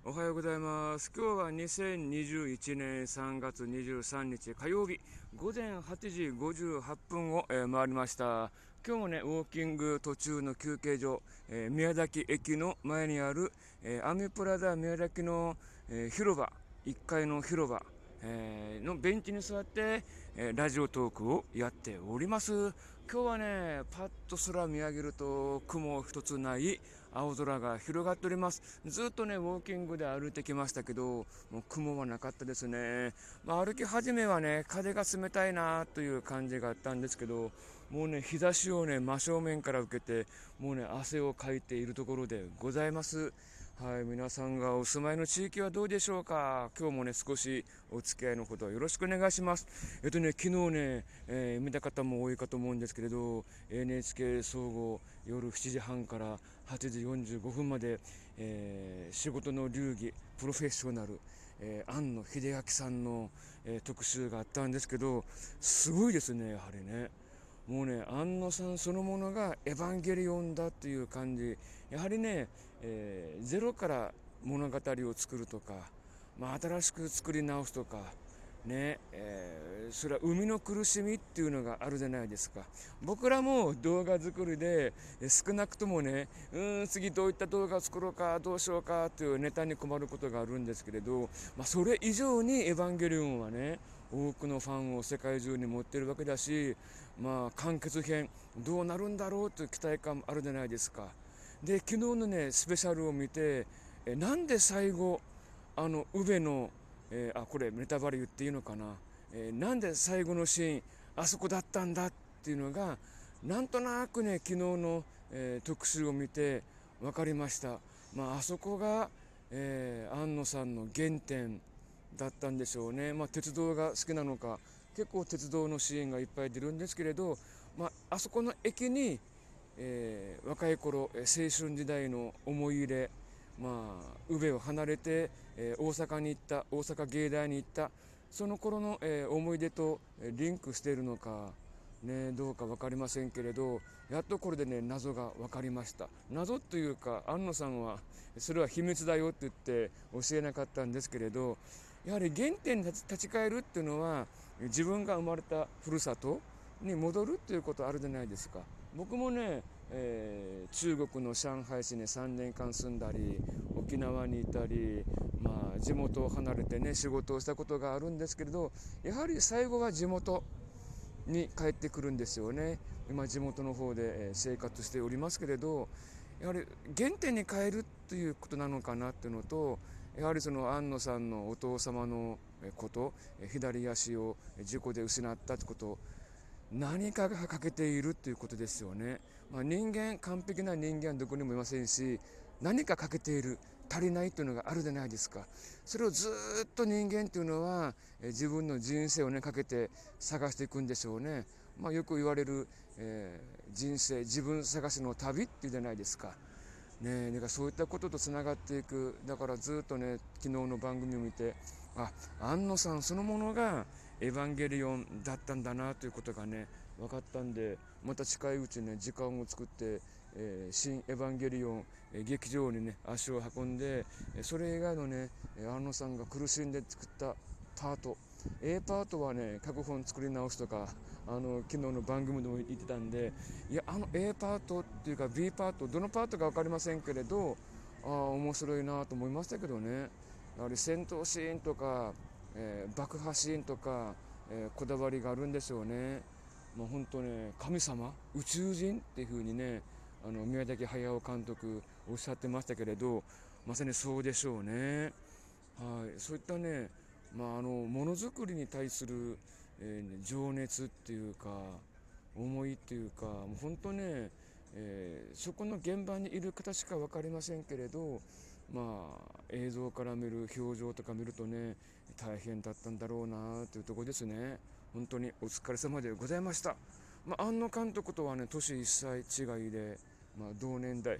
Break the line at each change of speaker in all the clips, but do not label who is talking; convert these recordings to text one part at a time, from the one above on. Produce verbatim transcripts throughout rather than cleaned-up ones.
おはようございます。今日はにせんにじゅういちねんさんがつにじゅうさんにち火曜日午前はちじごじゅうはっぷんを、えー回りました。今日もね、ウォーキング途中の休憩所、えー宮崎駅の前にある、えーアミプラザ宮崎の、えー広場、いっかいの広場、えーのベンチに座って、えーラジオトークをやっております。今日はね、パッと空見上げると雲一つない青空が広がっております。ずっとね、ウォーキングで歩いてきましたけど、もう雲はなかったですね。まあ、歩き始めはね、風が冷たいなという感じがあったんですけど、もうね、日差しをね、真正面から受けて、もうね、汗をかいているところでございます。はい、皆さんがお住まいの地域はどうでしょうか。今日もね、少しお付き合いのほどよろしくお願いします。えっとね、昨日ね、えー見た方も多いかと思うんですけれど、エヌエイチケー 総合夜しちじはんからはちじよんじゅうごふんまで、えー仕事の流儀プロフェッショナル、えー庵野秀明さんの、えー特集があったんですけど、すごいですね、やはりね。もうね、庵野さんそのものがエヴァンゲリオンだという感じ。やはりね、えーゼロから物語を作るとか、まあ、新しく作り直すとか、ね、えーそれは生みの苦しみっていうのがあるじゃないですか。僕らも動画作りで、え少なくともね、うーん、次どういった動画を作ろうか、どうしようかというネタに困ることがあるんですけれど、まあ、それ以上にエヴァンゲリオンはね、多くのファンを世界中に持ってるわけだし、まあ、完結編どうなるんだろうという期待感もあるじゃないですか。で、昨日のねスペシャルを見て、えなんで最後あの宇部の、えーあこれネタバレ言っていいのかな、えーなんで最後のシーンあそこだったんだっていうのがなんとなくね、昨日の、えー特集を見て分かりました。まあ、あそこが、えー庵野さんの原点だったんでしょうね。まあ、鉄道が好きなのか、結構鉄道のシーンがいっぱい出るんですけれど、まあ、あそこの駅に、えー若い頃、えー青春時代の思い入れ、まあ、宇部を離れて、えー大阪に行った、大阪芸大に行った、その頃の、えー思い出とえーリンクしているのか、ね、どうか分かりませんけれど、やっとこれでね、謎が分かりました。謎というか、庵野さんはそれは秘密だよって言って教えなかったんですけれど、やはり原点に立ち立ち返るっていうのは、自分が生まれたふるさとに戻るっていうことあるじゃないですか。僕もね、えー中国の上海市にさんねんかん住んだり、沖縄にいたり、まあ、地元を離れてね仕事をしたことがあるんですけれど、やはり最後は地元に帰ってくるんですよね。今地元の方でえー生活しておりますけれど、やはり原点に帰るということなのかなっていうのと、やはりその庵野さんのお父様のこと、えー左足を事故で失ったってこと、何かが欠けているということですよね。まあ、人間、完璧な人間はどこにもいませんし、何か欠けている、足りないというのがあるじゃないですか。それをずっと人間というのはえ自分の人生をねかけて探していくんでしょうね。まあ、よく言われる、えー人生自分探しの旅っていうじゃないですか。ねえ、だからそういったこととつながっていく。だからずっとね、昨日の番組を見て、あ、庵野さんそのものがエヴァンゲリオンだったんだなということがね、分かったんで、また近いうちにね、時間を作って、えー新エヴァンゲリオン、えー劇場にね、足を運んで、えーそれ以外のね、えー庵野さんが苦しんで作ったパート、A パートはね、脚本作り直すとか、あの昨日の番組でも言ってたんで、いや、あの A パートっていうか B パート、どのパートか分かりませんけれど、ああ、面白いなと思いましたけどね。やはり戦闘シーンとか、えー爆破シーンとか、えーこだわりがあるんでしょうね。もう本当ね、神様、宇宙人っていう風にね、あの宮崎駿監督おっしゃってましたけれど、まさにそうでしょうね。はい、そういったね、まあ、あのものづくりに対する、えー情熱っていうか思いっていうか、もう本当ね、えーそこの現場にいる方しか分かりませんけれど、まあ、映像から見る表情とか見るとね、大変だったんだろうなというところですね。本当にお疲れ様でございました。まあ、庵野監督とはね、年いっさい違いで、まあ、同年代、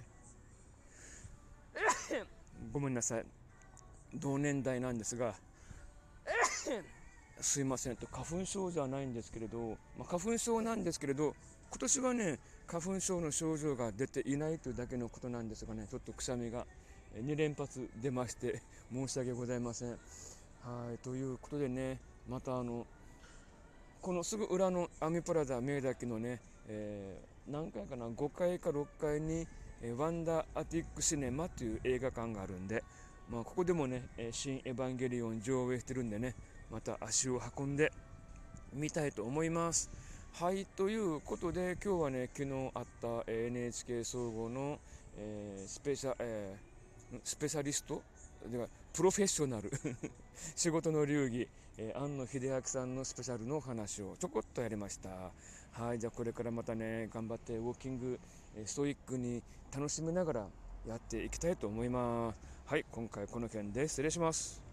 ごめんなさい、同年代なんですが、すいませんと、花粉症じゃないんですけれど、まあ、花粉症なんですけれど、今年はね、花粉症の症状が出ていないというだけのことなんですがね、ちょっとくしゃみが、 に連発出まして申し訳ございません。はい、ということでね、またあのこのすぐ裏のアミプラザ明岳のね、えー何回かな、ごかいかろっかいに、えーワンダーアティックシネマという映画館があるんで、まあ、ここでもね、えー新エヴァンゲリオン上映してるんでね、また足を運んでみたいと思います。はい、ということで今日はね、昨日あった エヌエイチケー 総合の、えースペシャ、えースペシャリストではプロフェッショナル仕事の流儀、えー、庵野秀明さんのスペシャルのお話をちょこっとやりました。はい、じゃあこれからまたね、頑張ってウォーキング、えーストイックに楽しみながらやっていきたいと思います。はい、今回この件で失礼します。